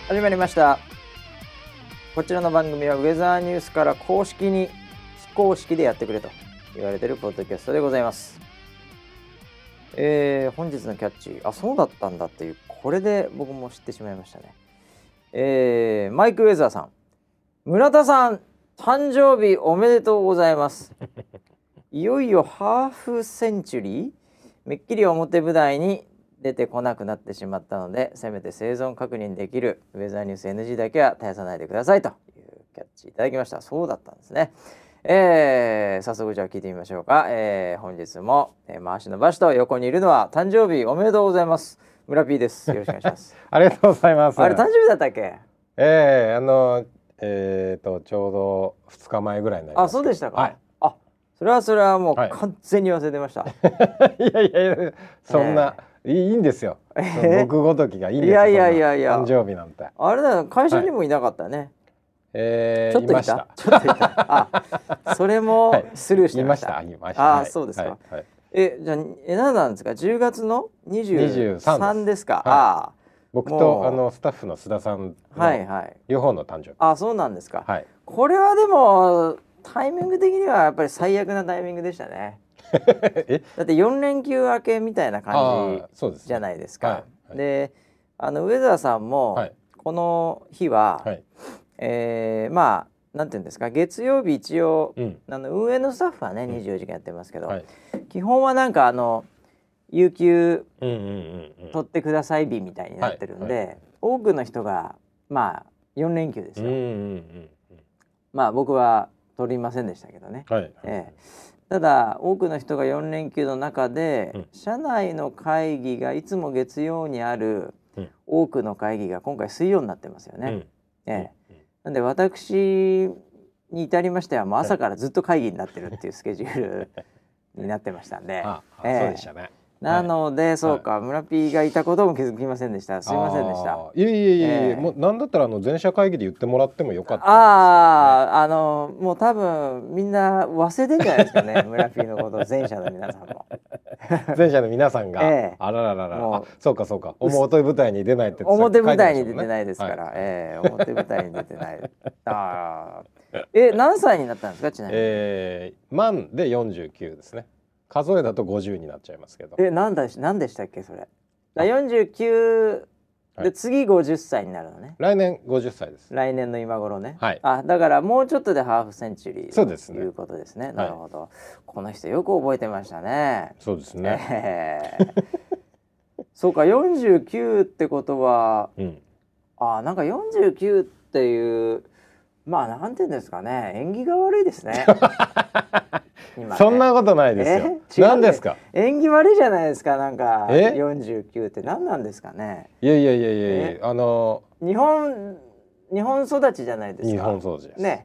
始まりました。こちらの番組はウェザーニュースから公式に非公式でやってくれと言われているポッドキャストでございます。本日のキャッチ、そうだったんだっていう、これで僕も知ってしまいましたね。マイク・ウェザーさん、村田さん誕生日おめでとうございます。いよいよハーフセンチュリー、めっきり表舞台に出てこなくなってしまったので、せめて生存確認できるウェザーニュース NG だけは絶やさないでくださいというキャッチいただきました。そうだったんですね。早速じゃあ聞いてみましょうか。本日も、回しのバシと横にいるのは誕生日おめでとうございます村 P です。よろしくお願いします。 ありがとうございます。 あれ誕生日だったっけ？ ちょうど2日前ぐらいになります。 そうでしたか。 はい。 それはもう完全に忘れてました。 いやそんな、いいんですよ。僕ごときがいいんですよ。 いや誕生日なんて。 あれだ、会社にもいなかったね。ちょっといた。それもスルーしてました。 いました。 そうですか。じゃあ何なんですか。10月の23ですか。 僕とスタッフの須田さんの両方の誕生日。 そうなんですか。これはでもタイミング的にはやっぱり最悪なタイミングでしたね。だって4連休明けみたいな感じじゃないですか。で、ウェザーさんもこの日は、なんていうんですか、月曜日一応、運営のスタッフはね24時間やってますけど、基本はなんか有給取ってください日みたいになってるんで、多くの人が4連休ですよ。僕は取りませんでしたけどね。ただ多くの人が4連休の中で、社内の会議がいつも月曜にある多くの会議が今回水曜になってますよね。なんで私に至りましてはもう朝からずっと会議になってるっていうスケジュールになってましたんで。 そうでしたね。 なので、そうか、村 P がいたことも気づきませんでした。すいませんでした。 いえ、もうなんだったら全社会議で言ってもらってもよかったです。もう多分みんな忘れてんじゃないですかね。村 P のこと全社の皆さんも。 全社の皆さんが、あらら、そうか表舞台に出ないって表舞台に出てないですから、表舞台に出てない。何歳になったんですか、ちなみに。 満で49ですね。数えだと50になっちゃいますけど。 何でしたっけそれ。49で次50歳になるのね。 来年50歳です。 来年の今頃ね。だからもうちょっとでハーフセンチュリーということですね。なるほど。この人よく覚えてましたね。 そうですね。 そうか、49ってことは、なんか49っていうなんていうんですかね、縁起が悪いですね。 そんなことないですよ。何ですか。 縁起悪いじゃないですか。なんか49って何なんですかね。 いや日本育ちじゃないですか。 日本育ちですね。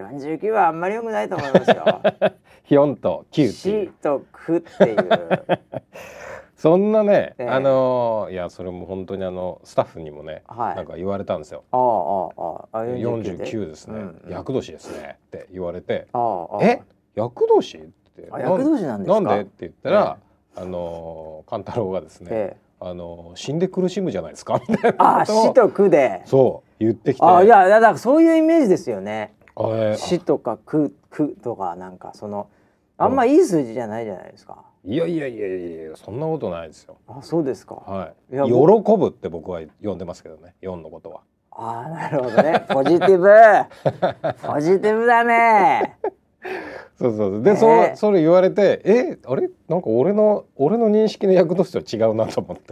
49はあんまり良くないと思いますよ。 ひょんと9っていう。 しとくっていう。 そんなね、いやそれも本当にスタッフにもね、なんか言われたんですよ。49ですね、厄年ですねって言われて、厄年って、 厄年なんですか。 なんでって言ったら、勘太郎がですね、死んで苦しむじゃないですかみたいなことを死と苦でそう言ってきて、 だからそういうイメージですよね。死とか苦とか、なんかあんまいい数字じゃないじゃないですか。 いやそんなことないですよ。 そうですか。 喜ぶって僕は呼んでますけどね、4のことは。 なるほどね。ポジティブだね。 そうで、それ言われて、あれなんか俺の認識の厄年とは違うなと思って、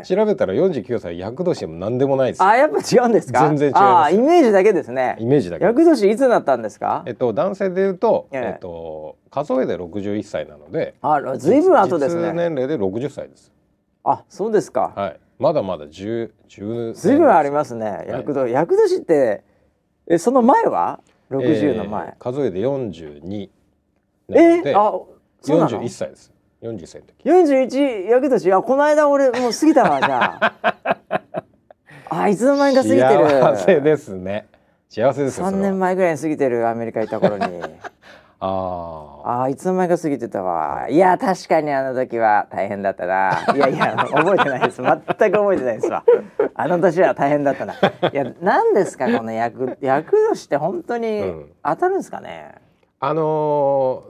調べたら49歳厄年でも何でもないですよ。 やっぱ違うんですか。 全然違います。 イメージだけですね。 イメージだけ。 厄年いつなったんですか。 男性で言うと、数えで61歳なので、 ずいぶん後ですね。 実年齢で60歳です。 そうですか。 まだまだ10 ずいぶんありますね。厄年ってその前は60の前、 数えで42なので41歳です。41歳の時。 41厄年。この間俺もう過ぎたわ。じゃあいつの間にか過ぎてる。 幸せですね。幸せですよ。 3年前ぐらいに過ぎてる。アメリカ行った頃にいつの間にか過ぎてたわ。いや確かにあの時は大変だったな。いや覚えてないです。全く覚えてないですわ。あの年は大変だったな。いや何ですかこの厄年って本当に当たるんですかね。 でも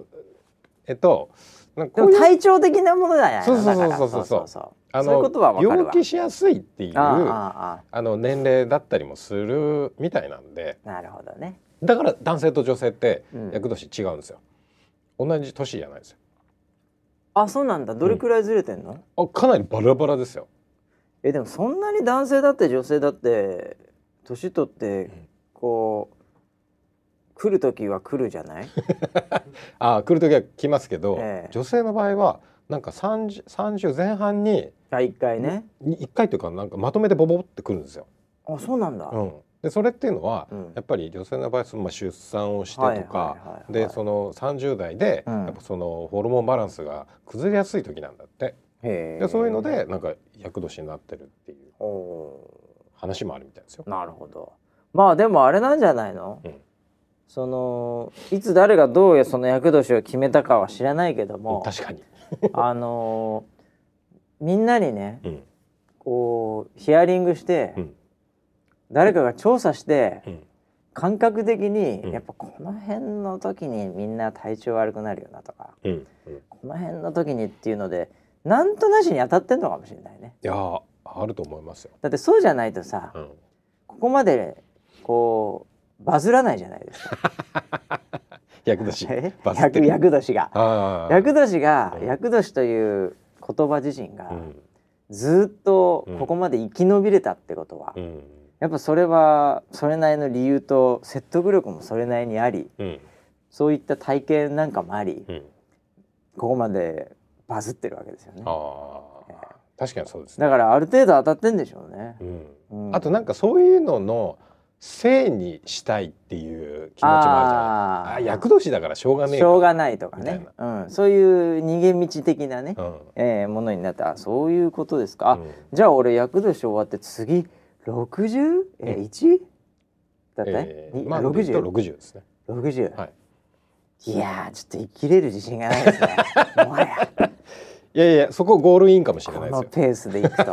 体調的なものだよね。 そういうことは分かるわ。病気しやすいっていう年齢だったりもするみたいなんで。 なるほどね。 だから男性と女性って厄年違うんですよ。同じ年じゃないですよ。 そうなんだ。どれくらいずれてんの？ かなりバラバラですよ。 でもそんなに男性だって女性だって年取ってこう来る時は来るじゃない？ 来る時は来ますけど、女性の場合はなんか30前半に 1回ね。 1回というかなんかまとめてボボってくるんですよ。 そうなんだ。 でそれっていうのは、やっぱり女性の場合出産をしてとかでその30代で、やっぱそのホルモンバランスが崩れやすい時なんだって。でそういうのでなんか厄年になってるっていう話もあるみたいですよ。 なるほど。まあでもあれなんじゃないの？そのいつ誰がどうその厄年を決めたかは知らないけども、 確かにみんなにね、こうヒアリングして、誰かが調査して、感覚的に、やっぱこの辺の時にみんな体調悪くなるよなとか、この辺の時にっていうのでなんとなしに当たってんのかもしれないね。 いやあると思いますよ。 だってそうじゃないとさ、ここまでこうバズらないじゃないですか。 厄年厄年が厄年という言葉自身が、ずっとここまで生き延びれたってことは、やっぱそれはそれなりの理由と説得力もそれなりにあり、そういった体験なんかもあり、ここまでバズってるわけですよね。 確かにそうですね。 だからある程度当たってんでしょうね。 あとなんかそういうののせいにしたいっていう気持ちもあるじゃない。厄年だからしょうがねえしょうがないとかね、そういう逃げ道的なね、ものになった。そういうことですか。じゃあ俺厄年終わって次61？だって？ 60ですね。 60。いやちょっと生きれる自信がないですね。もはや。 いやそこゴールインかもしれないですよ。 このペースでいくと。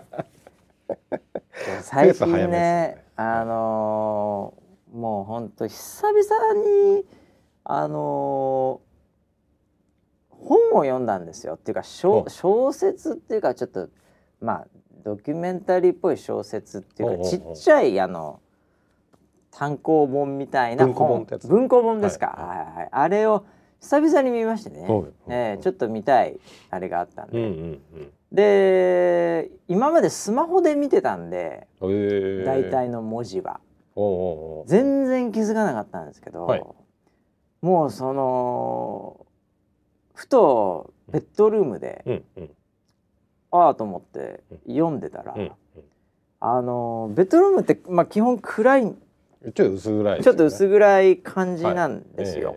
最近ね、もう本当久々に本を読んだんですよ。っていうか小説っていうかちょっとドキュメンタリーっぽい小説っていうかちっちゃい単行本みたいな本、文庫本ですか。あれを久々に見ましてね、ちょっと見たいあれがあったんで、で今までスマホで見てたんで、大体の文字は全然気づかなかったんですけど、もうそのふとベッドルームでと思って読んでたら、ベッドルームって基本暗い、 ちょっと薄暗い、 ちょっと薄暗い感じなんですよ。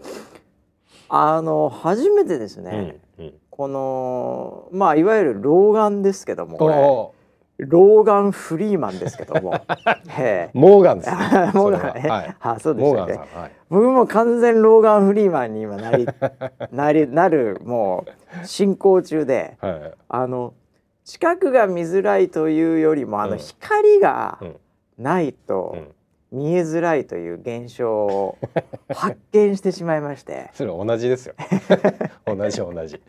初めてですね、このいわゆる老眼ですけども、これ老眼フリーマンですけどもモーガンですね。 モーガンね。そうですよね。僕も完全老眼フリーマンに今なるもう進行中で、近くが見づらいというよりも光がないと見えづらいという現象を発見してしまいまして。 それ同じですよ。同じ。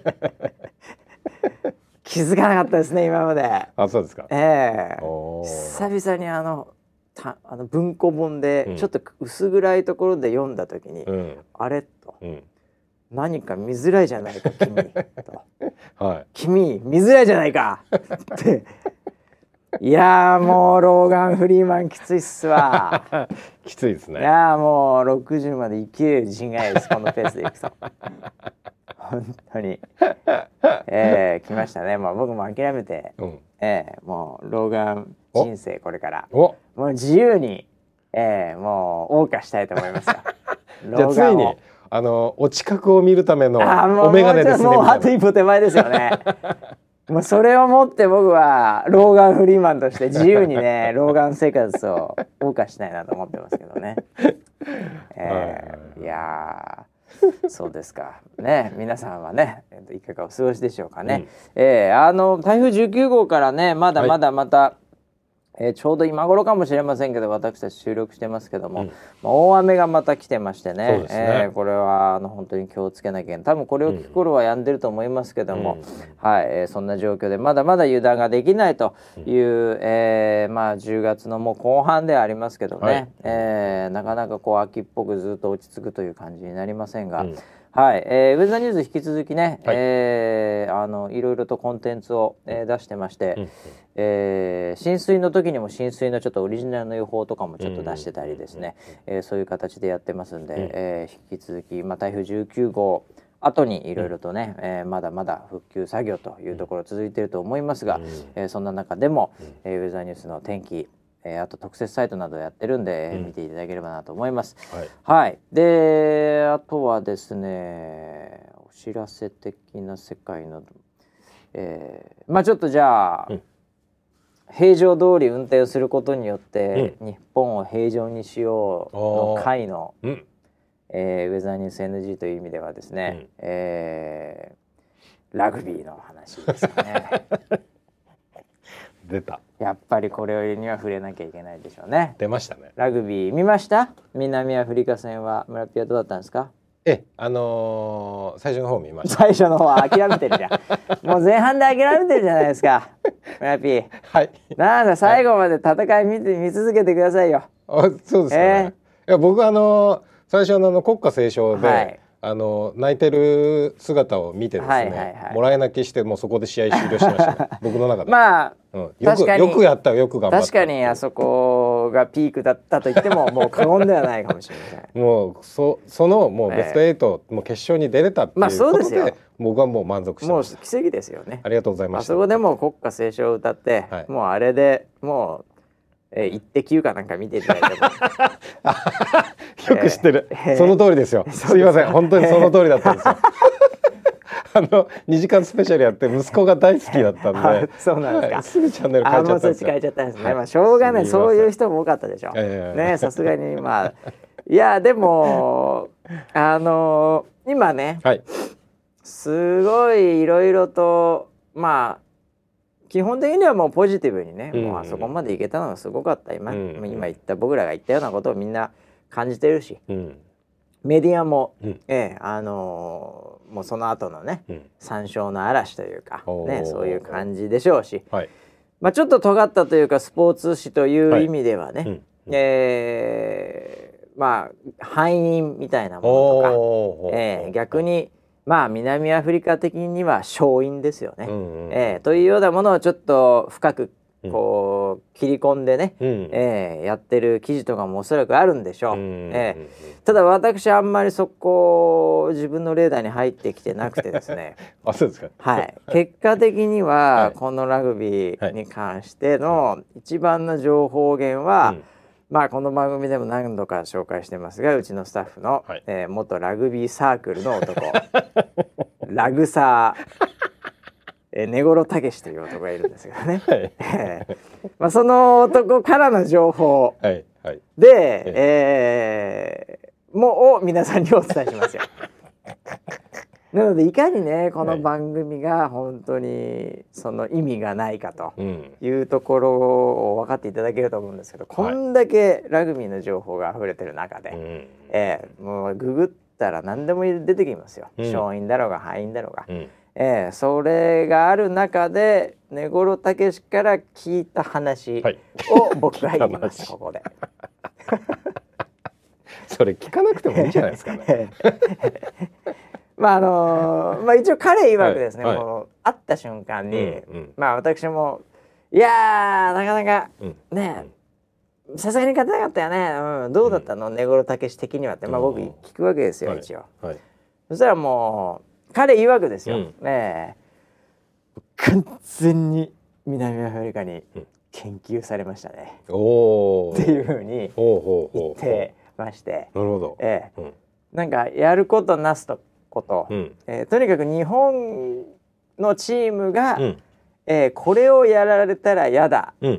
気づかなかったですね今まで。 そうですか。 久々に文庫本でちょっと薄暗いところで読んだ時に、あれと、何か見づらいじゃないか君と、君見づらいじゃないかっていやもう老眼フリーマンきついっすわ。 きついですね。 いやもう60まで生きれる自信がないです、このペースでいくと。本当に来ましたね。僕も諦めて、もう老眼人生これからもう自由に、もう謳歌したいと思いますよ。 じゃあついにお近くを見るためのお眼鏡ですね。 もうあと一歩手前ですよね。もうそれをもって僕は老眼フリーマンとして自由にね老眼生活を謳歌したいなと思ってますけどね。 いやそうですかね。皆さんはね、いかがお過ごしでしょうかね。台風19号からね、まだまだまた、ちょうど今頃かもしれませんけど、私たち収録してますけども、大雨がまた来てましてね、これは本当に気をつけなきゃいけない。多分これを聞く頃は止んでると思いますけども、そんな状況でまだまだ油断ができないという、10月のもう後半ではありますけどね、なかなかこう秋っぽくずっと落ち着くという感じになりませんが、ウェザーニューズ引き続きね、いろいろとコンテンツを、出してまして、浸水の時にも浸水のちょっとオリジナルの予報とかもちょっと出してたりですね、そういう形でやってますんで、引き続き、台風19号後にいろいろとね、まだまだ復旧作業というところ続いていると思いますが、そんな中でも、ウェザーニュースの天気あと特設サイトなどやってるんで、見ていただければなと思います。で、あとはですね、お知らせ的な世界の、ちょっとじゃあ、平常通り運転をすることによって、日本を平常にしようの会の、ウェザーニュース NG という意味ではですね、ラグビーの話ですね。 出た。 やっぱりこれには触れなきゃいけないでしょうね。 出ましたね。 ラグビー見ました？南アフリカ戦は村ピアどうだったんですか？ 最初の方見ました。 最初の方は諦めてるじゃん。もう前半で諦めてるじゃないですか。村ピ。なんだ最後まで戦い見続けてくださいよ。 そうですね。いや僕最初の国歌斉唱で。泣いてる姿を見てですね、もらい泣きしてもうそこで試合終了しましたね。僕の中で。よくやったよ、よく頑張った。 確かにあそこがピークだったと言ってももう過言ではないかもしれません。 もうそのもうベスト8、もう決勝に出れたっていうことで、僕はもう満足してました。 もう奇跡ですよね。 ありがとうございました。 あそこでもう国歌斉唱を歌って、もうあれでもう。イッテ Q かなんか見ていただいてもよく知ってる、その通りですよ。すいません、本当にその通りだったんですよ。2時間スペシャルやって息子が大好きだったんでそうなんですか、 すぐチャンネル変えちゃったんですよ。 変えちゃったんですね。しょうがない、そういう人も多かったでしょね。さすがにいやでも今ね、すごいいろいろと基本的にはもうポジティブにね、もうあそこまでいけたのがすごかった。今言った僕らが言ったようなことをみんな感じてるし、メディアも、もうその後のね、参照の嵐というか、そういう感じでしょうし、ちょっと尖ったというかスポーツ紙という意味ではね、敗因みたいなものとか、逆に南アフリカ的には勝因ですよね、というようなものをちょっと深くこう切り込んでね、やってる記事とかもおそらくあるんでしょう。ただ私あんまりそこ自分のレーダーに入ってきてなくてですねそうですか。 結果的にはこのラグビーに関しての一番の情報源は、この番組でも何度か紹介してますが、うちのスタッフの、元ラグビーサークルの男ラグサー根室武という男がいるんですけどね、その男からの情報で、を皆さんにお伝えしますよ。なのでいかにねこの番組が本当にその意味がないかというところを分かっていただけると思うんですけど、こんだけラグビーの情報が溢れてる中で、もうググったら何でも出てきますよ。勝因だろうが敗因だろうが、それがある中で根室武から聞いた話を僕が言います、ここで。 それ聞かなくてもいいんじゃないですかね。 一応彼曰くですね、もう会った瞬間に、私もいやなかなかねさすがに勝てなかったよね、どうだったの、根室武的にはって、僕聞くわけですよ、一応。そしたらもう彼曰くですよ、完全に南アフリカに研究されましたねっていうふうに言ってまして、 なるほど、 なんかやることなすこと、とにかく日本のチームが、これをやられたら嫌だ、と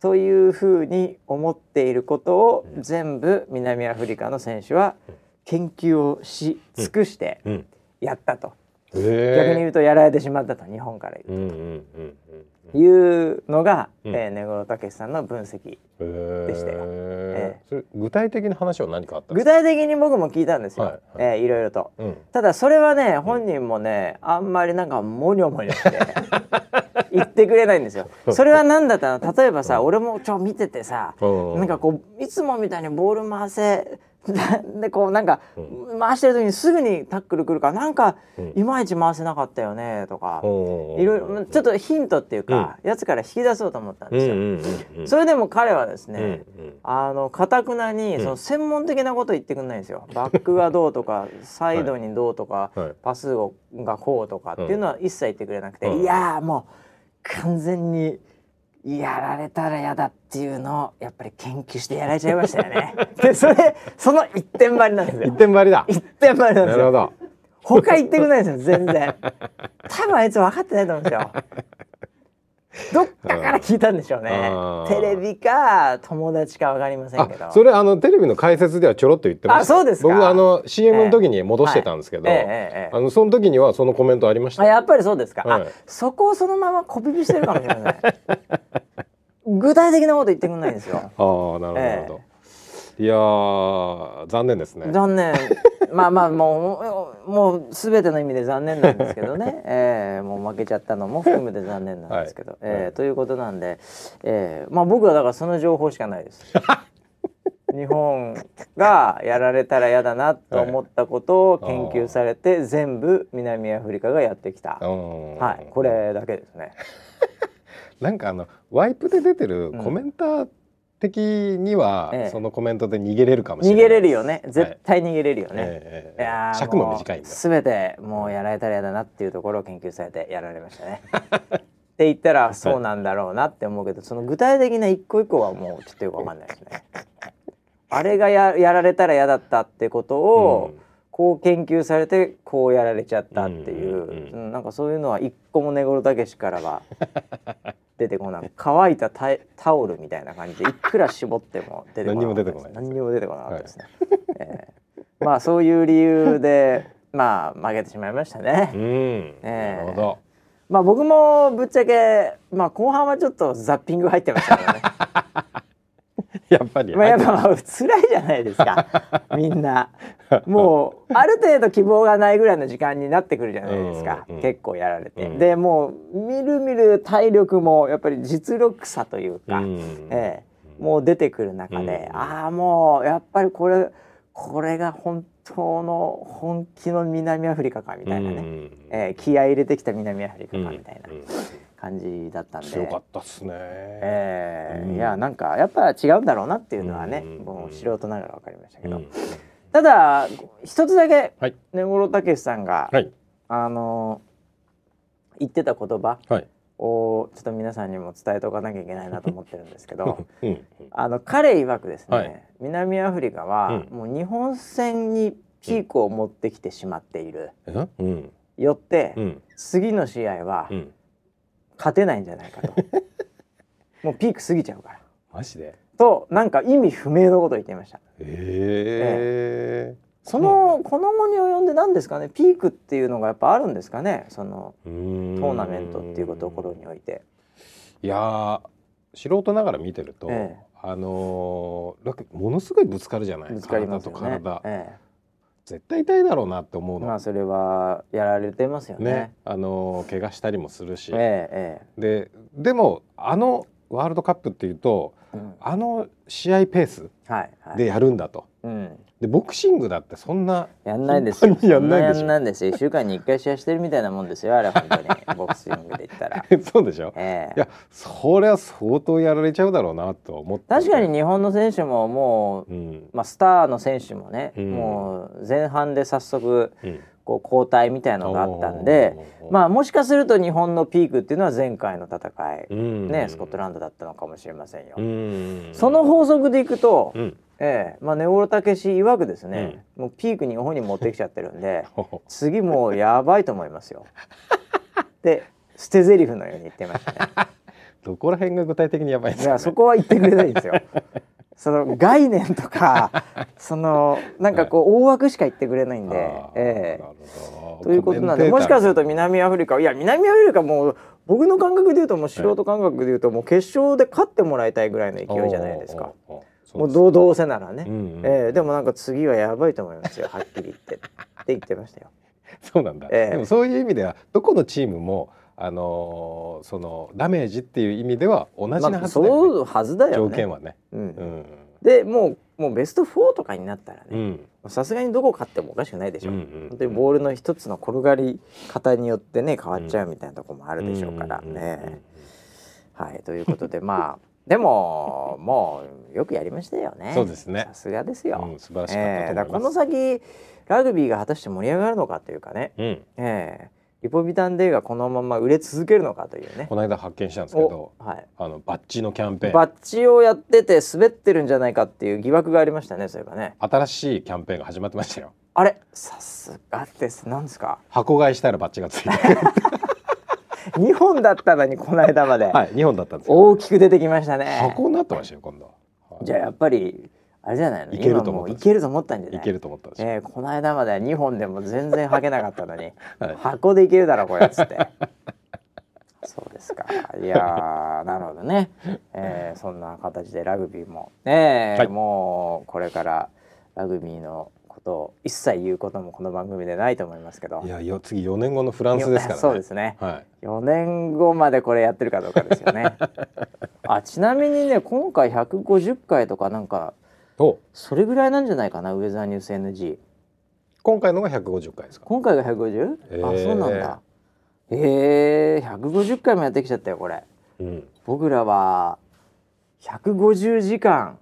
というふうに思っていることを全部南アフリカの選手は研究をし尽くしてやったと、逆に言うとやられてしまったと、日本から言うと、いうのが、根室武さんの分析でしたよ。 それ具体的な話は何かあったんですか？具体的に僕も聞いたんですよ、いろいろと、ただそれはね、本人もねあんまりなんかモニョモニョして言ってくれないんですよ。それは何だったの？例えばさ、俺も見ててさ、なんかこういつもみたいにボール回せでこうなんか回してる時にすぐにタックル来るから、なんかいまいち回せなかったよねとか、いろいろちょっとヒントっていうか、やつから引き出そうと思ったんですよ。それでも彼はですね、堅くなにその専門的なこと言ってくんないんですよ。バックがどうとかサイドにどうとか、パスがこうとかっていうのは一切言ってくれなくて、いやもう完全にやられたら嫌だっていうのをやっぱり研究してやられちゃいましたよね。でその一点張りなんですよ。 一点張りだ。 一点張りなんですよ。 なるほど。 他言ってくれないんですよ全然。多分あいつ分かってないと思うんですよ。どっかから聞いたんでしょうね。テレビか友達か分かりませんけど。 それテレビの解説ではちょろっと言ってました。 そうですか。 僕CM の時に戻してたんですけど、その時にはそのコメントありました。 やっぱりそうですか。そこをそのままコピペしてるかもしれない。具体的なこと言ってくんないんですよ。 なるほど。いや残念ですね。 残念。まあもう全ての意味で残念なんですけどね。もう負けちゃったのも含めて残念なんですけど、ということなんで、僕はだからその情報しかないです。日本がやられたら嫌だなと思ったことを研究されて、全部南アフリカがやってきた。これだけですね。 なんかワイプで出てるコメンター的には、そのコメントで逃げれるかもしれない。逃げれるよね。絶対逃げれるよね。いや尺も短いんだ。 全てもうやられたら嫌だなっていうところを研究されてやられましたね。って言ったらそうなんだろうなって思うけど、その具体的な一個一個はもうちょっとよくわかんないですね。あれがやられたら嫌だったってことを、こう研究されてこうやられちゃったっていう、なんかそういうのは一個も根室武からは出てこない。乾いたタオルみたいな感じでいくら絞っても出てこない。何にも出てこない。何にも出てこなかったですね。まあそういう理由で負けてしまいましたね。 なるほど。 僕もぶっちゃけ後半はちょっとザッピング入ってましたからね。 やっぱりやっぱ辛いじゃないですか。みんなもうある程度希望がないぐらいの時間になってくるじゃないですか。結構やられて、でもうみるみる体力もやっぱり実力差というか、もう出てくる中で、もうやっぱりこれが本当の本気の南アフリカかみたいなね、気合い入れてきた南アフリカかみたいな感じだったんで、 強かったっすね。 いやなんかやっぱ違うんだろうなっていうのはね、もう素人ながら分かりましたけど、ただ一つだけ根室武さんが言ってた言葉をちょっと皆さんにも伝えておかなきゃいけないなと思ってるんですけど、彼曰くですね、南アフリカはもう日本戦にピークを持ってきてしまっている、よって次の試合は勝てないんじゃないかと。もうピーク過ぎちゃうから。 マジで？ となんか意味不明のことを言っていました。この後に及んで何ですかね、ピークっていうのがやっぱあるんですかね、そのトーナメントっていうところにおいて。 いや素人ながら見てると、ものすごいぶつかるじゃない。 ぶつかりますよね。 体と体、絶対痛いだろうなって思うの。 それはやられてますよね。 怪我したりもするし、でもワールドカップっていうと、試合ペースでやるんだと。でボクシングだってそんなやんないですよ。やんないんですよ。1週間に1回試合してるみたいなもんですよ、あれ本当に。ボクシングで言ったら。 そうでしょ。いやそれは相当やられちゃうだろうなと思って。 確かに日本の選手ももう、スターの選手もね、もう前半で早速こう交代みたいなのがあったんで、もしかすると日本のピークっていうのは前回の戦い、スコットランドだったのかもしれませんよ。その法則でいくと、根室武曰くですね、もうピークに日本に持ってきちゃってるんで次もうやばいと思いますよって捨て台詞のように言ってましたね。 どこら辺が具体的にやばいんですか、ね、 いやそこは言ってくれないんですよその概念とかそのなんかこう大枠しか言ってくれないんで、なるほどということなんで、もしかすると南アフリカ、いや南アフリカもう僕の感覚で言うともう素人感覚で言うともう決勝で勝ってもらいたいぐらいの勢いじゃないですか。もうどうせならね、でもなんか次はやばいと思いますよはっきり言ってって言ってましたよ。 そうなんだ、でもそういう意味ではどこのチームもそのダメージっていう意味では同じなはずだよね、 そうはずだよね、 条件はね、 でもうベスト4とかになったらねさすがにどこ勝ってもおかしくないでしょ、本当にボールの一つの転がり方によってね変わっちゃうみたいなところもあるでしょうからね。はいということでまあでももうよくやりましたよね。 そうですね、 さすがですよ、 素晴らしかったと思います。 だからこの先ラグビーが果たして盛り上がるのかというかね、リポビタンデーがこのまま売れ続けるのかというね。 この間発見したんですけど、バッジのキャンペーン、 バッジをやってて滑ってるんじゃないかっていう疑惑がありましたね。そういえばね、 新しいキャンペーンが始まってましたよ。 あれさすがです。なんですか。 箱買いしたらバッジがついて 2本だったのにこの間まで、 はい2本だったんですよ。 大きく出てきましたね。 箱になってましたよ今度、 じゃあやっぱりあれじゃないの、 いけると思ったんです。 いけると思ったんじゃない。 いけると思ったんですよ。 この間までは2本でも全然履けなかったのに、箱でいけるだろこれっつってそうですか。いやなるほどね、そんな形でラグビーももうこれからラグビーのことを一切言うこともこの番組でないと思いますけど、 いや次4年後のフランスですからね。 そうですね、4年後までこれやってるかどうかですよねちなみにね今回150回とかなんかそれぐらいなんじゃないかな、ウェザーニュース NG。 今回のが150回ですか。 今回が 150？あ、そうなんだ。150回もやってきちゃったよこれ、僕らは150時間、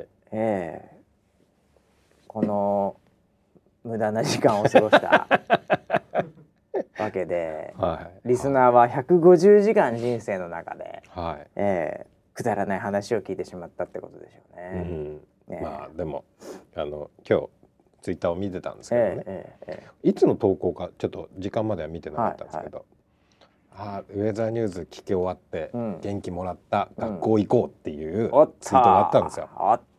この無駄な時間を過ごしたわけで、リスナーは150時間人生の中で、くだらない話を聞いてしまったってことでしょうね。 まあでも今日ツイッターを見てたんですけどね、いつの投稿かちょっと時間までは見てなかったんですけど、ウェザーニューズ聞き終わって、元気もらった、学校行こうっていうツイートがあったんですよ。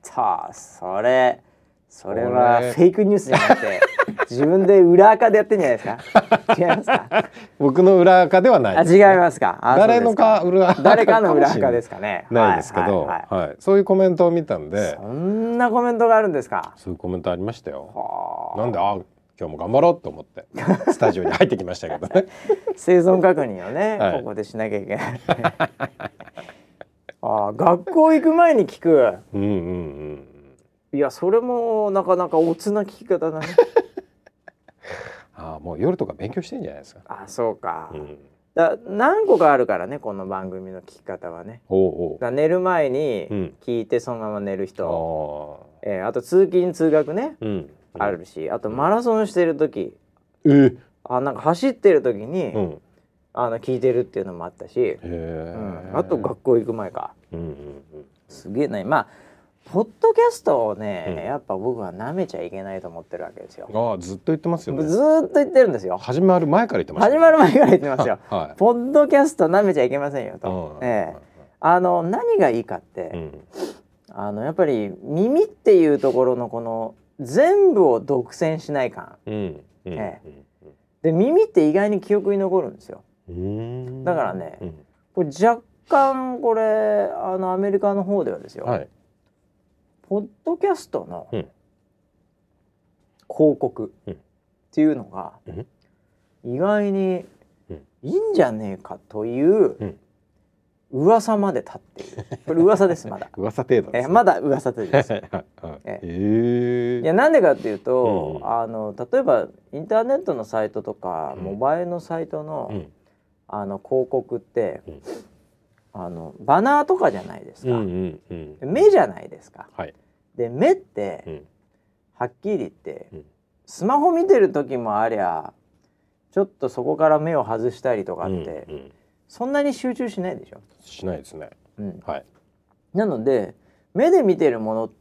それはフェイクニュースじゃなくて自分で裏垢でやってんじゃないですか。違いますか。 僕の裏垢ではないです、ね。違いますか。 誰かの裏垢ですかね。 ないですけど、そういうコメントを見たんで。 そんなコメントがあるんですか。 そういうコメントありましたよ。なんで今日も頑張ろうと思ってスタジオに入ってきましたけどね生存確認をね、ここでしなきゃいけない学校行く前に聞く。いやそれもなかなかおつな聞き方だねもう夜とか勉強してんじゃないですか。 そうか、何個かあるからねこの番組の聞き方はね。寝る前に聞いてそのまま寝る人、あと通勤通学ね、あるし、あとマラソンしてる時、なんか走ってる時に、聞いてるっていうのもあったし、あと学校行く前か、すげえな。まあポッドキャストをね、やっぱ僕は舐めちゃいけないと思ってるわけですよ。 ずっと言ってますよね。 ずっと言ってるんですよ。 始まる前から言ってました、 始まる前から言ってますよポッドキャスト舐めちゃいけませんよと。何がいいかって、やっぱり耳っていうところのこの全部を独占しない感、で耳って意外に記憶に残るんですよ。だからね、これ若干これアメリカの方ではですよ、ポッドキャストの広告っていうのが意外にいいんじゃねえかという噂まで立っている。これ噂ですまだ噂程度です、ね、 まだ噂程度ですいやなんでかっていうと、例えばインターネットのサイトとか、モバイルのサイトの、広告って、バナーとかじゃないですか、目じゃないですか、で目って、はっきり言って、スマホ見てる時もありゃちょっとそこから目を外したりとかって、そんなに集中しないでしょ。 しないですね、 なので目で見てるものって、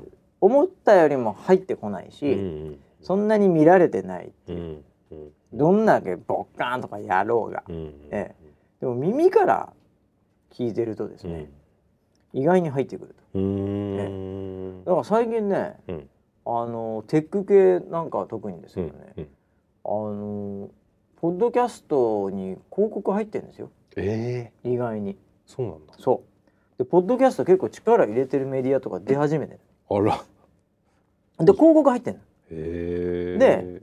思ったよりも入ってこないし、そんなに見られてないっていう、どんだけボッカーンとかやろうが、でも耳から聞いてるとですね、意外に入ってくると。ね、だから最近ね、テック系なんかは特にですけどね、ポッドキャストに広告入ってるんですよ。意外に。 そうなんだ。 そうでポッドキャスト結構力入れてるメディアとか出始めてる。 あら。 で広告入ってんの。で、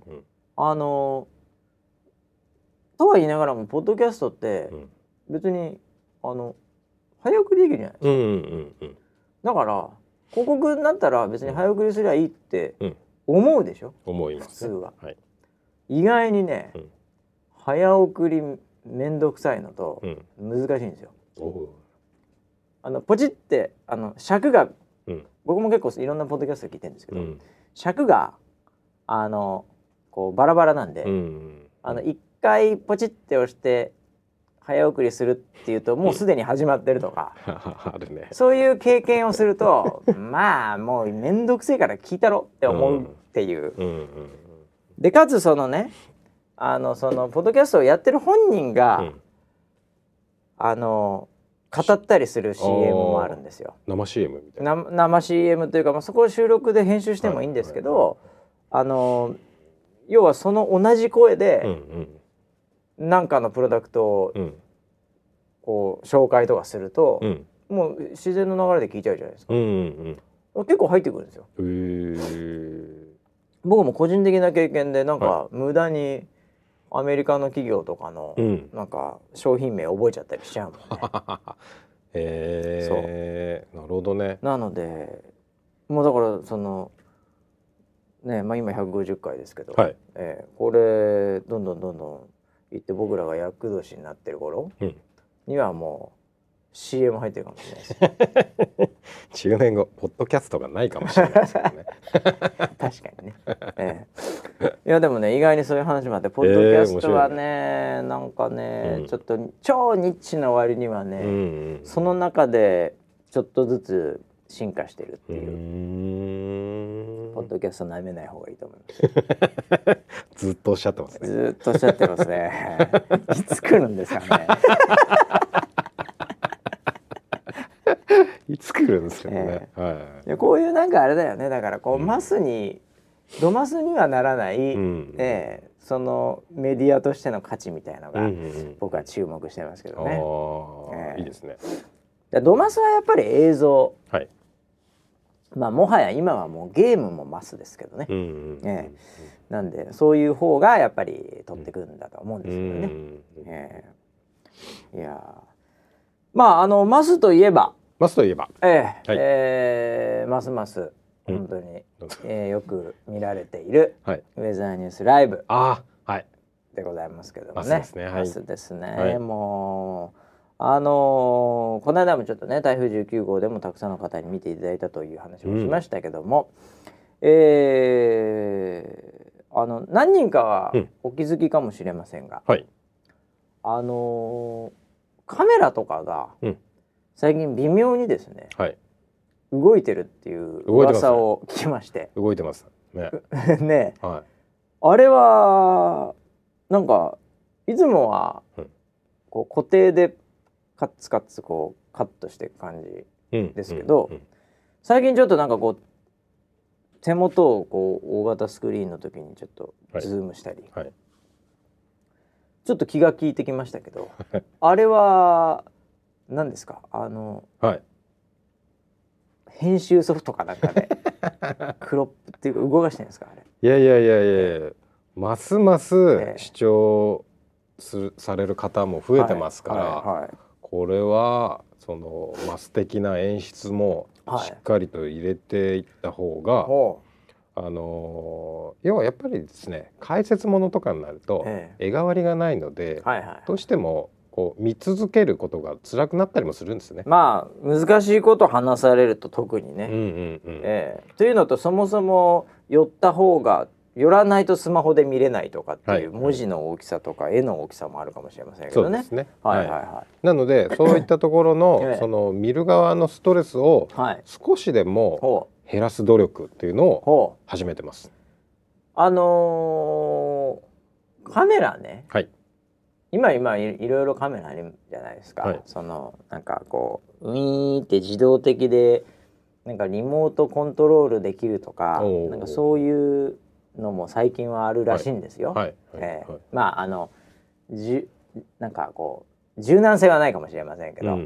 とは言いながらもポッドキャストって別に早送りできるじゃないですか。だから広告になったら別に早送りすりゃいいって思うでしょ。 思います。 普通は。意外にね、早送りめんどくさいのと難しいんですよ。ポチって尺が、僕も結構いろんなポッドキャスト聞いてるんですけど、尺がこうバラバラなんで、一回ポチって押して早送りするっていうともうすでに始まってるとかあるね、 そういう経験をするとまあもうめんどくせえから聞いたろって思うっていう。でかつそのねそのポッドキャストをやってる本人が、語ったりする CM もあるんですよ。 生 CM みたいな。 生 CM というか、まあ、そこを収録で編集してもいいんですけど、要はその同じ声で何かのプロダクトをこう紹介とかすると、もう自然の流れで聞いちゃうじゃないですか。結構入ってくるんですよ。僕も個人的な経験でなんか無駄にアメリカの企業とかのなんか商品名覚えちゃったりしちゃうもんね。 なるほどね。 なのでもうだからそのね、まあ今150回ですけど、これどんどんいって僕らが厄年になってる頃にはもう CM 入ってるかもしれないです。 10年後ポッドキャストがないかもしれないですけどね。 確かにね。いやでもね意外にそういう話もあって、ポッドキャストはね、なんかね、ちょっと超ニッチな割にはね、その中でちょっとずつ進化してるっていう。ポッドキャスト舐めない方がいいと思います。 ずっとおっしゃってますね。 ずっとおっしゃってますね。いつ来るんですかね。 いつ来るんですかね。 こういうなんかあれだよね。だからこうマスにドマスにはならない、そのメディアとしての価値みたいのが僕は注目してますけどね。 いいですね。 ドマスはやっぱり映像。まあもはや今はもうゲームもマスですけどね。なんでそういう方がやっぱり取ってくるんだと思うんですけどね。いやまあマスといえばますます本当に、よく見られているウェザーニュースライブでございますけどもね。マスですね。もうこの間もちょっとね台風19号でもたくさんの方に見ていただいたという話もしましたけども、何人かはお気づきかもしれませんが、カメラとかが最近微妙にですね、動いてるっていう噂を聞きまして。 動いてますね。 ね、あれはなんかいつもはこう固定でカツカツこうカットしていく感じですけど、最近ちょっとなんかこう手元をこう大型スクリーンの時にちょっとズームしたり、ちょっと気が利いてきましたけどあれは何ですか、編集ソフトかなんかでクロップっていうか動かしてるんですかあれ。 いやますます視聴される方も増えてますから、これはそのマス的な演出もしっかりと入れていった方が、要はやっぱりですね、解説ものとかになると絵代わりがないので、どうしてもこう見続けることが辛くなったりもするんですね。 まあ難しいこと話されると特にね。というのと、そもそも寄った方が寄らないとスマホで見れないとかっていう文字の大きさとか絵の大きさもあるかもしれませんけどね。 なのでそういったところのその見る側のストレスを少しでも減らす努力っていうのを始めてます。 カメラね。 今いろいろカメラあるじゃないですか、はい、そのなんかこうウィーンって自動的でなんかリモートコントロールできるとか、なんかそういうのも最近はあるらしいんですよ。まあなんかこう柔軟性はないかもしれませんけど、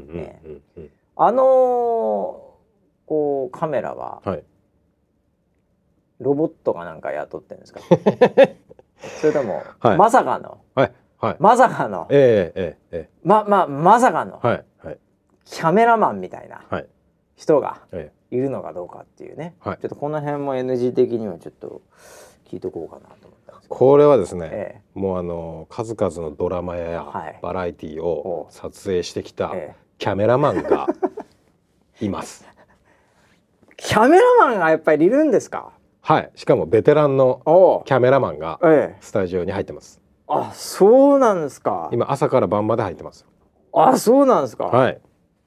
こうカメラは、はい、ロボットかなんか雇ってるんですかそれとも、はい、まさかの、はいはい、まさかの、まさかの、はいはい、キャメラマンみたいな人がいるのかどうかっていうね、はい、ちょっとこの辺も NG 的にはちょっと聞いとこうかなと思ったんですけど、 これはですね、もう数々のドラマやバラエティを撮影してきたキャメラマンがいます。 キャメラマンがやっぱりいるんですか？ はい、しかもベテランのキャメラマンがスタジオに入ってます。 あ、そうなんですか。 今朝から晩まで入ってます。 あ、そうなんですか。 はい。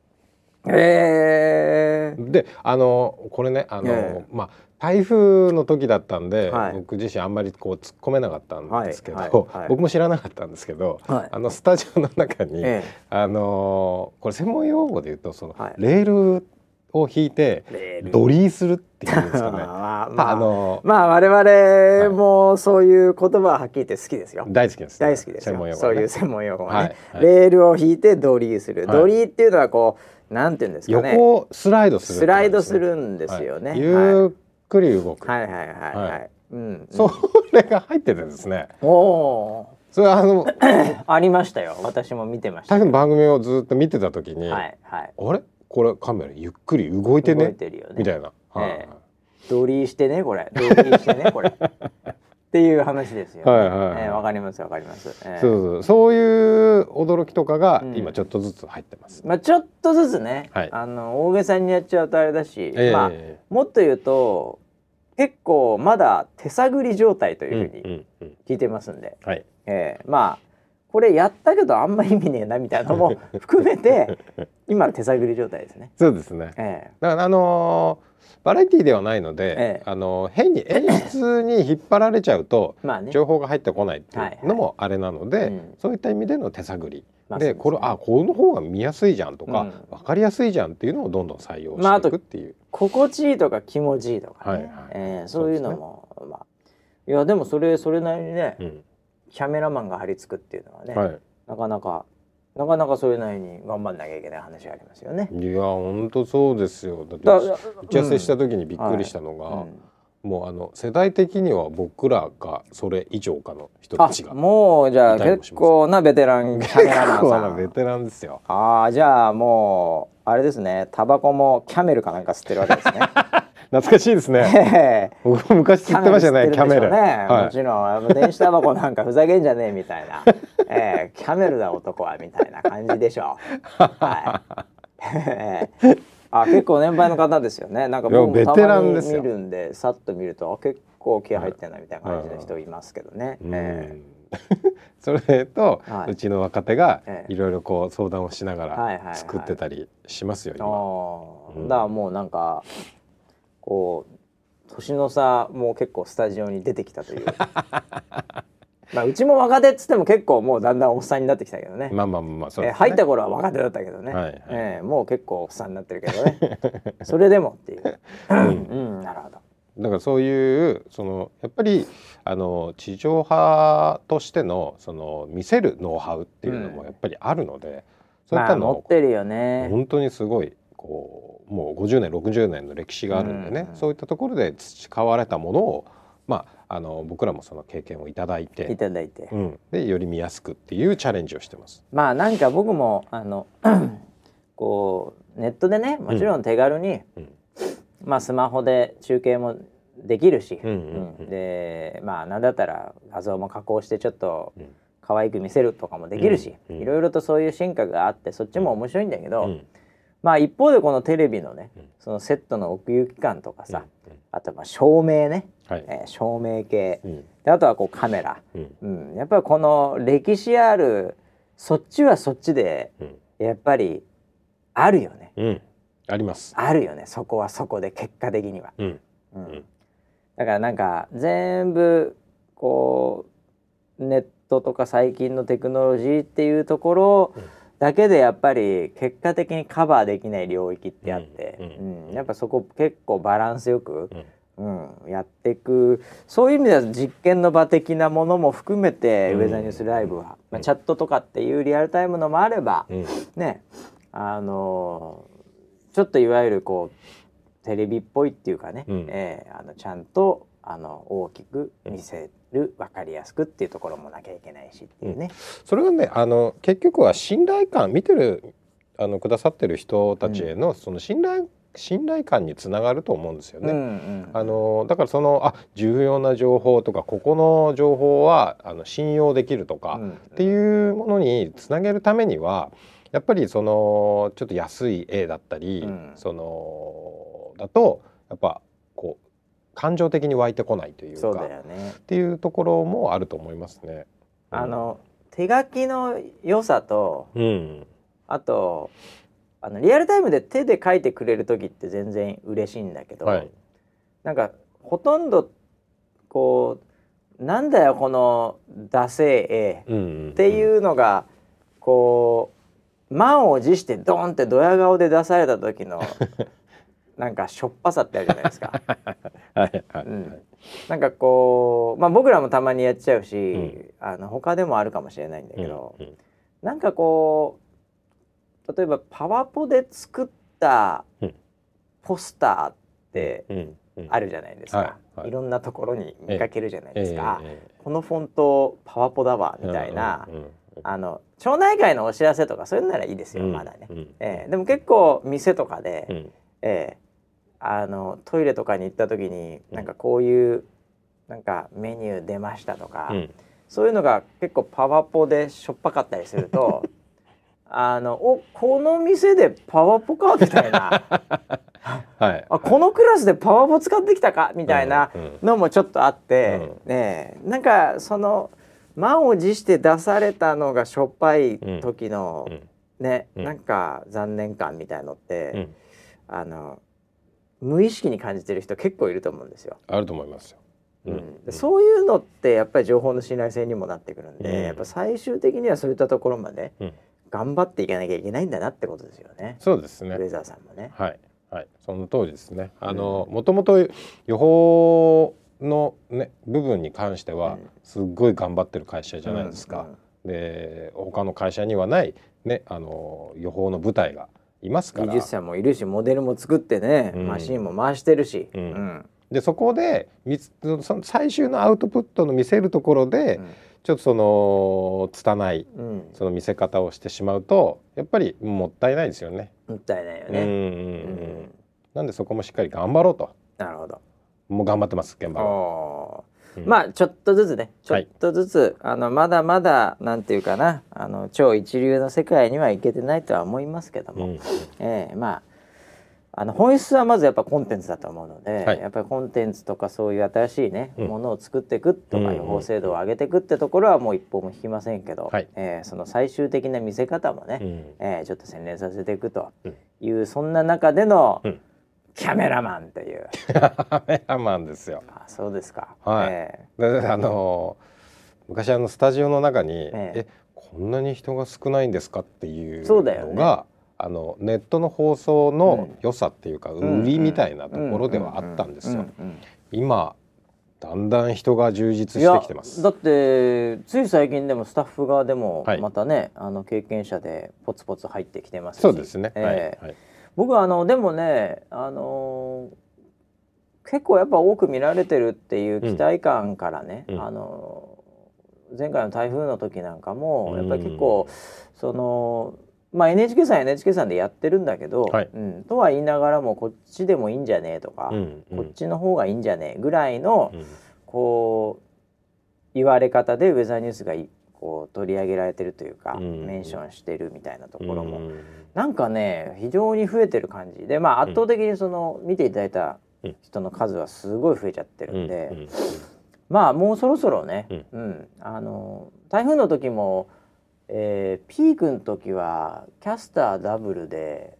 でこれねまあ台風の時だったんで、はい、僕自身あんまりこう突っ込めなかったんですけど、僕も知らなかったんですけど、はい、スタジオの中に、これ専門用語で言うとその、レールを引いてドリーするっていうんですかね。 まあ我々もそういう言葉ははっきり言って好きですよ。 大好きです。 大好きですよ。そういう専門用語はね、レールを引いてドリーする。ドリーっていうのはこうなんていうんですかね。 横スライドする。 スライドするんですよね。 ゆっくり動く。 はい。 それが入ってるんですね。 おお。それありましたよ。私も見てました。 台風の番組をずっと見てた時に、あれこれカメラゆっくり動いてねみたいな、 ドリーしてねこれドリーしてねこれっていう話ですよね。わかりますわかります。 そういう驚きとかが今ちょっとずつ入ってます。 まあちょっとずつね、大げさにやっちゃうとあれだし、まあもっと言うと結構まだ手探り状態というふうに聞いてますんで、まあこれやったけどあんま意味ねえなみたいなのも含めて今手探り状態ですね。 そうですね。だからバラエティではないので、変に演出に引っ張られちゃうと情報が入ってこないっていうのもあれなので、そういった意味での手探りで、この方が見やすいじゃんとか、分かりやすいじゃんっていうのをどんどん採用していくっていう。 心地いいとか気持ちいいとかね、そういうのもいやでもそれなりにね。キャメラマンが張り付くっていうのはね、なかなかそれなりに頑張んなきゃいけない話がありますよね。 いや本当そうですよ。だって打ち合わせした時にびっくりしたのが、もう世代的には僕らがそれ以上かの人たちがもうじゃあ結構なベテランキャメラマンさん。 結構なベテランですよ。 じゃあもうあれですね、タバコもキャメルかなんか吸ってるわけですね。 懐かしいですね。僕も昔吸ってましたね、キャメル。 もちろん電子タバコなんかふざけんじゃねえみたいな、キャメルだ男はみたいな感じでしょう。結構年配の方ですよね。なんか僕もたまに見るんでさっと見ると結構気合入ってんなみたいな感じの人いますけどね。 それとうちの若手がいろいろこう相談をしながら作ってたりしますよ今。 だからもうなんかこう年の差も結構スタジオに出てきたという。まあうちも若手っつっても結構もうだんだんおっさんになってきたけどね。 まあそうですね。 入った頃は若手だったけどね。もう結構おっさんになってるけどね。それでもっていう。なるほど。 だからそういうやっぱり地上波としての見せるノウハウっていうのもやっぱりあるので、そういったのを持ってるよね。 本当にすごいもう50年60年の歴史があるんでね、そういったところで培われたものを僕らもその経験をいただいて、でより見やすくっていうチャレンジをしてます。 まあなんか僕もこうネットでね、もちろん手軽に、スマホで中継もできるし、でなんだったら画像も加工してちょっと可愛く見せるとかもできるし、いろいろとそういう進化があってそっちも面白いんだけど、一方でこのテレビのね、そのセットの奥行き感とかさ、あと照明ね、照明系、であとはこうカメラ、やっぱりこの歴史あるそっちはそっちでやっぱりあるよね。 あります。 あるよね。そこはそこで結果的には。だからなんか全部こうネットとか最近のテクノロジーっていうところだけでやっぱり結果的にカバーできない領域ってあって、やっぱそこ結構バランスよく、やっていく、そういう意味では実験の場的なものも含めて、ウェザーニュースライブは、チャットとかっていうリアルタイムのもあれば、ね、ちょっといわゆるこうテレビっぽいっていうかね、ちゃんと大きく見せる、分かりやすくっていうところもなきゃいけないしっていうね、 それがね結局は信頼感、見てるくださってる人たちへのその信頼感につながると思うんですよね。だからその重要な情報とか、ここの情報は信用できるとかっていうものにつなげるためには、やっぱりそのちょっと安い A だったり、そのだとやっぱこう感情的に湧いてこないというか、 そうだよねっていうところもあると思いますね。 手書きの良さと、あとリアルタイムで手で書いてくれる時って全然嬉しいんだけど、なんかほとんどこうなんだよこのダセーっていうのがこう満を持してドンってドヤ顔で出された時のなんかしょっぱさってあるじゃないですか。なんかこう、僕らもたまにやっちゃうし、他でもあるかもしれないんだけど、なんかこう例えばパワポで作ったポスターってあるじゃないですか。いろんなところに見かけるじゃないですか。このフォントパワポだわみたいな、町内会のお知らせとかそういうのならいいですよ、まだね。でも結構店とかで、トイレとかに行った時になんかこういうなんかメニュー出ましたとか、そういうのが結構パワポでしょっぱかったりするとこの店でパワポかみたいなこのクラスでパワポ使ってきたかみたいなのもちょっとあって、なんかその満を持して出されたのがしょっぱい時のなんか残念感みたいのって、無意識に感じてる人結構いると思うんですよ。 あると思いますよ。 そういうのってやっぱり情報の信頼性にもなってくるんで、やっぱ最終的にはそういったところまで頑張っていかなきゃいけないんだなってことですよね。 そうですね。 ウェザーさんもね。 その通りですね。もともと予報のね部分に関してはすっごい頑張ってる会社じゃないですか。で他の会社にはないね予報の部隊がいますから、 技術者もいるしモデルも作ってね、マシンも回してるし、 でそこでその最終のアウトプットの見せるところで、ちょっとその拙い、その見せ方をしてしまうとやっぱりもったいないですよね。 もったいないよね。 なんでそこもしっかり頑張ろうと。 なるほど。 もう頑張ってます現場は。 ちょっとずつね、ちょっとずつ、まだまだなんていうかな、超一流の世界にはいけてないとは思いますけども、本質はまずやっぱコンテンツだと思うので、やっぱりコンテンツとかそういう新しいね、ものを作っていくとか、予報精度を上げていくってところはもう一歩も引きませんけど、その最終的な見せ方もね、ちょっと洗練させていくという、そんな中での、キャメラマンというキャメラマンですよ。 そうですか。 昔スタジオの中に、こんなに人が少ないんですかっていうのが、ネットの放送の良さっていうか、売りみたいなところではあったんですよ。今だんだん人が充実してきてます。 だってつい最近でもスタッフ側でもまたね、経験者でポツポツ入ってきてますし。 そうですね。 僕はでもね結構やっぱ多く見られてるっていう期待感からね、前回の台風の時なんかもやっぱり結構そのNHK さん NHK さんでやってるんだけど、とは言いながらもこっちでもいいんじゃねえとか、こっちの方がいいんじゃねえぐらいの、こう言われ方でウェザーニュースがこう取り上げられてるというか、メンションしてるみたいなところも、なんかね非常に増えてる感じで、圧倒的にその見ていただいた人の数はすごい増えちゃってるんで、もうそろそろね、台風の時も、ピークの時はキャスターダブルで、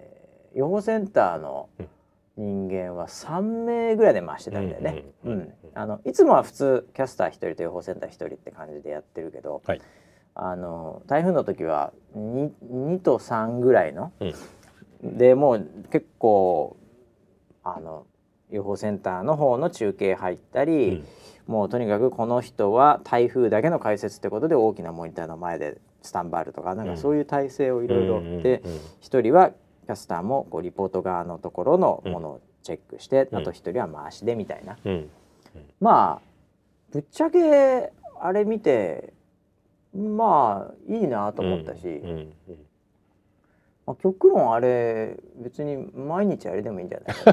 予報センターの人間は3名ぐらいで回してたんだよね。 いつもは普通キャスター1人と予報センター1人って感じでやってるけど、はい、台風の時は 2と3ぐらいの、でもう結構予報センターの方の中継入ったり、もうとにかくこの人は台風だけの解説ってことで大きなモニターの前でスタンバールとかなんかそういう体制をいろいろで、1人はキャスターもこうリポート側のところのものをチェックして、あと1人は回しでみたいな、まあぶっちゃけあれ見てまあいいなと思ったし、極論あれ別に毎日あれでもいいんじゃない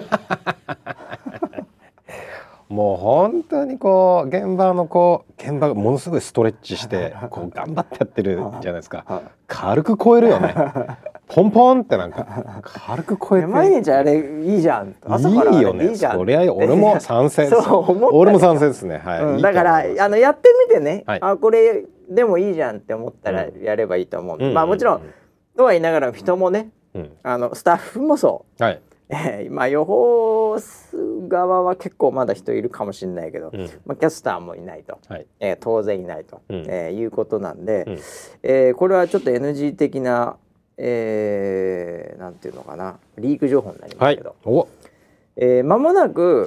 もう本当にこう現場がものすごいストレッチしてこう頑張ってやってるじゃないですか。軽く超えるよね。ポンポンってなんか軽く超えて毎日あれいいじゃん。朝からいいよね。そりゃ俺も賛成です。俺も賛成ですね。はい。 だからやってみてね、これでもいいじゃんって思ったらやればいいと思う。まあもちろんとは言いながら人もね、スタッフもそう。はい。まあ予報側は結構まだ人いるかもしれないけど、キャスターもいないと、当然いないと、いうことなんで、これはちょっと NG 的な、なんていうのかな、リーク情報になりますけど、間もなく、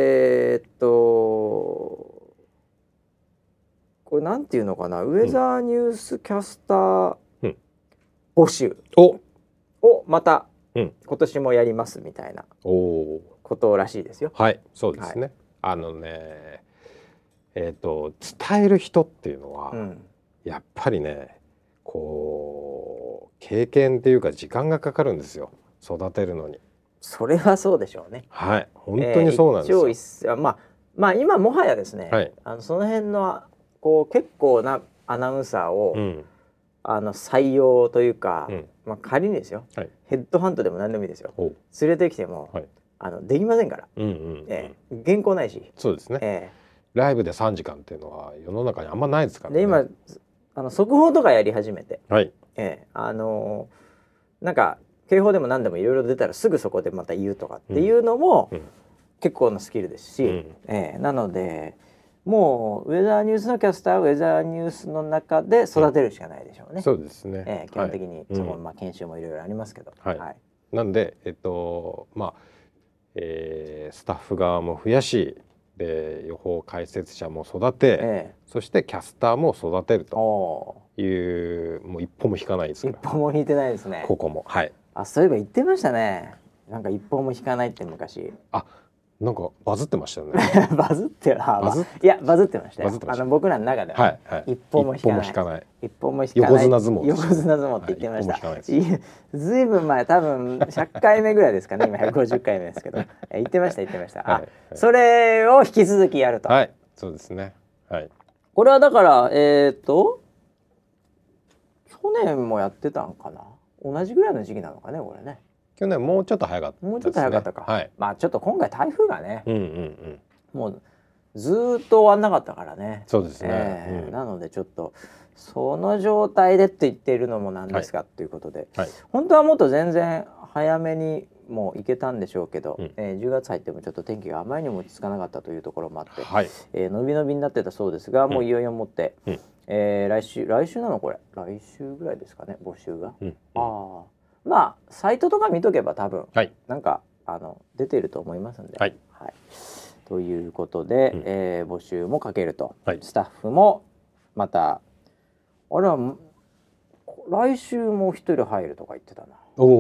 これなんていうのかな、ウェザーニュースキャスター募集をまた今年もやりますみたいなことらしいですよ。 はい、そうですね。伝える人っていうのは、やっぱりね、こう経験っていうか時間がかかるんですよ、育てるのに。 それはそうでしょうね。 はい、本当にそうなんですよ。 まあ今もはやですね、その辺のこう結構なアナウンサーを、採用というか、仮にですよ、ヘッドハントでも何でもいいですよ、連れてきても、できませんから、原稿ないし。 そうですね、ライブで3時間っていうのは世の中にあんまないですからね。 で今速報とかやり始めて、なんか警報でも何でもいろいろ出たらすぐそこでまた言うとかっていうのも結構なスキルですし、なのでもうウェザーニュースのキャスターはウェザーニュースの中で育てるしかないでしょうね。 そうですね。 基本的にその研修もいろいろありますけど。 なんでスタッフ側も増やし、で予報解説者も育て、そしてキャスターも育てるというもう一歩も引かないですから。 一歩も引いてないですね。 ここも。はい。 そういえば言ってましたね。なんか一歩も引かないって昔。 なんかバズってましたよね。 バズってましたよ。僕らの中では一歩も引かない。一歩も引かない。 横綱相撲。 横綱相撲って言ってました。ずいぶん前、多分100回目ぐらいですかね。今150回目ですけど、言ってました。それを引き続きやると。 はい、そうですね。はい。 これはだから去年もやってたんかな。同じぐらいの時期なのかね、これね。 去年もうちょっと早かったですね。 もうちょっと早かったか。 はい。 まあちょっと今回台風がね、もうずっと終わんなかったからね。 そうですね。 なのでちょっとその状態でって言っているのもなんですかっていうことで、本当はもっと全然早めにも行けたんでしょうけど、10月入ってもちょっと天気があまりにも落ち着かなかったというところもあって、伸び伸びになってたそうですが、もういよいよもって、来週なのこれ来週ぐらいですかね、募集が。まあサイトとか見とけば多分、なんか出ていると思いますんで、ということで、募集もかけると、スタッフもまたあれは来週も一人入るとか言ってたな。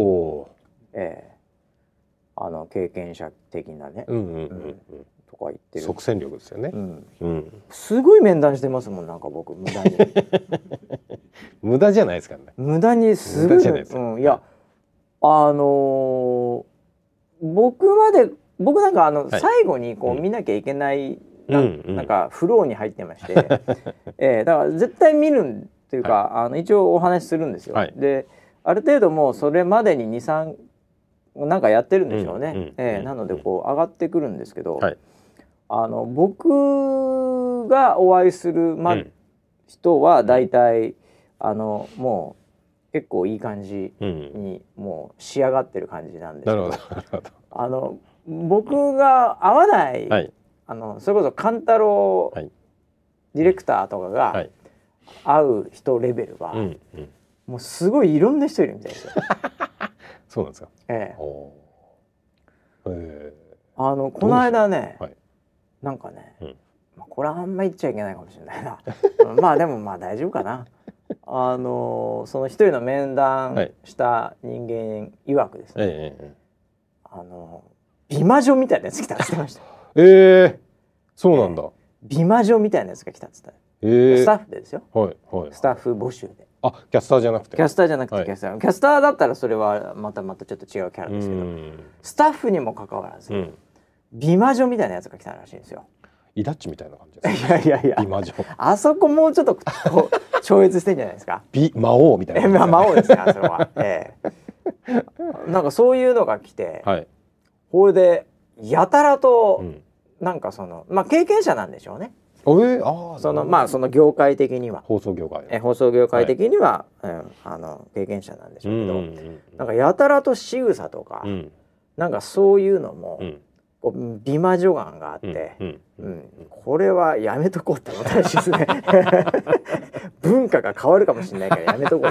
経験者的なね、とか言ってる。 即戦力ですよね。 すごい面談してますもん、なんか僕無駄に。 無駄じゃないですからね。 無駄にすごい。いや僕なんか最後にこう見なきゃいけないなんかフローに入ってまして、だから絶対見るというか、一応お話しするんですよ。である程度もうそれまでに 2,3 なんかやってるんでしょうね。なのでこう上がってくるんですけど、僕がお会いする人はだいたいもう結構いい感じにもう仕上がってる感じなんですけど、僕が合わないそれこそ勘太郎ディレクターとかが会う人レベルは、もうすごいいろんな人いるみたいですよ。 そうなんですか。 この間ね、なんかね、これはあんま言っちゃいけないかもしれないな。まあでもまあ大丈夫かな。その一人の面談した人間曰くですね、美魔女みたいなやつ来たって言ってました。 そうなんだ。 美魔女みたいなやつが来たって言った。スタッフでですよ。スタッフ募集で。 キャスターじゃなくて。 キャスターだったらそれはまたちょっと違うキャラですけど、スタッフにもかかわらず、美魔女みたいなやつが来たらしいんですよ。 イダッチみたいな感じです。 いや美魔女。あそこもうちょっと超越してんじゃないですか。 魔王みたいな。 魔王ですね、それは。なんかそういうのが来て、これでやたらと、なんか経験者なんでしょうね。その業界的には放送業界的には、経験者なんでしょうけど、なんかやたらと仕草とか、なんかそういうのも、美魔女眼があって、これはやめとこうって思ったらしいですね。文化が変わるかもしれないからやめとこうって。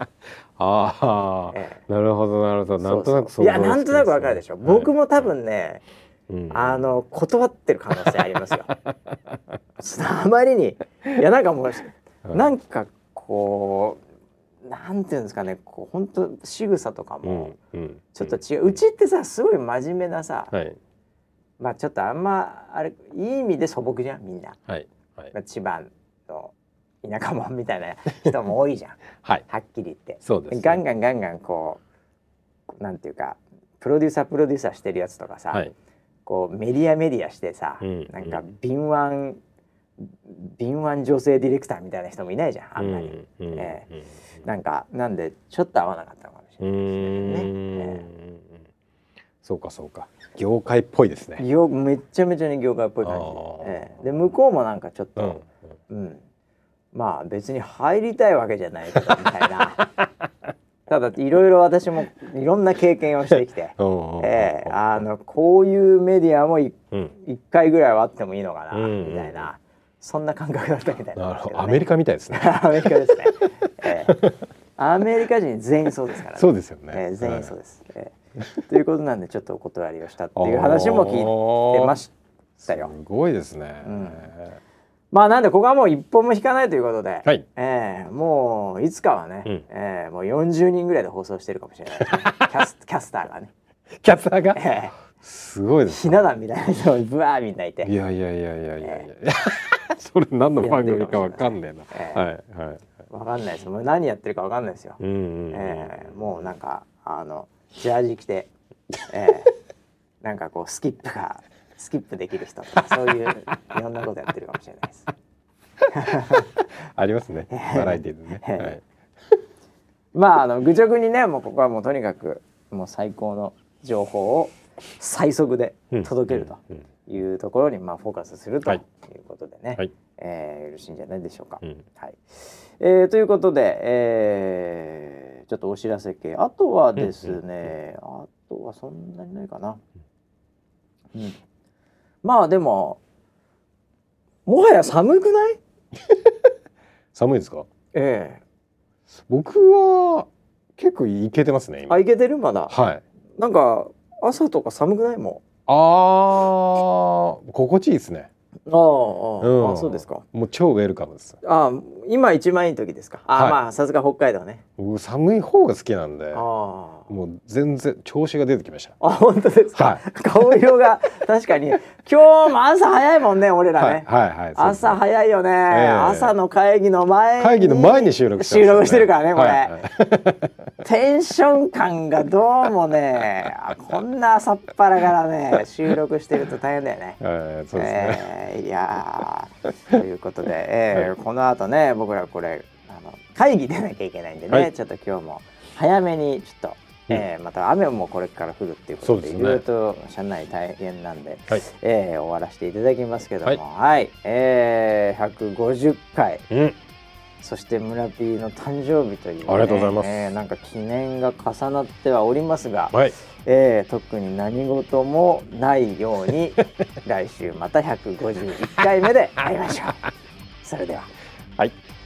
なるほどなんとなくいやなんとなくわかるでしょ。僕も多分ね、断ってる可能性ありますよ。あまりになんかもうなんかこうなんていうんですかね、本当仕草とかもちょっと違う。うちってさ、すごい真面目なさ、まあちょっとあんまあれいい意味で素朴じゃんみんな。千葉の田舎者みたいな人も多いじゃん。はっきり言って。ガンガンこうなんていうかプロデューサーしてるやつとかさ。こうメディアしてさ、なんか敏腕女性ディレクターみたいな人もいないじゃん、あんまり。なんでちょっと合わなかったのかもしれないですね。 そうか業界っぽいですね。 めちゃめちゃに業界っぽい感じで、向こうもなんかちょっと、まあ別に入りたいわけじゃないけどみたいな。ただいろいろ私もいろんな経験をしてきて、こういうメディアも1回ぐらいはあってもいいのかなみたいな、そんな感覚だったみたいな。 アメリカみたいですね。 アメリカですね。アメリカ人全員そうですからね。 そうですよね。 全員そうです。ということなんでちょっとお断りをしたっていう話も聞いてましたよ。 すごいですね。 まあなんでここはもう一本も引かないということで、もういつかはね、もう40人ぐらいで放送してるかもしれないですね。キャスターがね。 キャスターが、すごいです。 ひな壇みたいな人がブワーみんないて。 いやそれ何の番組かわかんねえな。 わかんないです。もう何やってるかわかんないですよ。もうなんかジャージ着て、なんかこうスキップできる人とかそういういろんなことやってるかもしれないです。 ありますね。バラエティでね。 まあ愚直にね、もうここはもうとにかくもう最高の情報を最速で届けるというところにフォーカスするということでね、よろしいんじゃないでしょうか。ということで、ちょっとお知らせ系、あとはですね、あとはそんなにないかな。まあでももはや寒くない？ 寒いですか？僕は結構いけてますね今。 いけてるまだ。なんか朝とか寒くない？もう心地いいですね。 そうですか。 もう超ウェルカムです。 今一番いい時ですか？まあさすが北海道ね。 僕寒い方が好きなんで、もう全然調子が出てきました。 本当ですか？顔色が確かに今日も朝早いもんね、俺らね。朝早いよね。朝の会議の前に収録してるからね、これ。テンション感がどうもね、こんな朝っぱらからね収録してると大変だよね。 そうですね。 いやということで、この後ね僕らこれ会議出なきゃいけないんでね、ちょっと今日も早めにちょっと、また雨もこれから降るっていうことでいろいろと車内大変なんで、終わらせていただきますけども、150回、そして村 P の誕生日という、 ありがとうございます。 なんか記念が重なってはおりますが、 特に何事もないように来週また151回目で会いましょう。それでは。 はい。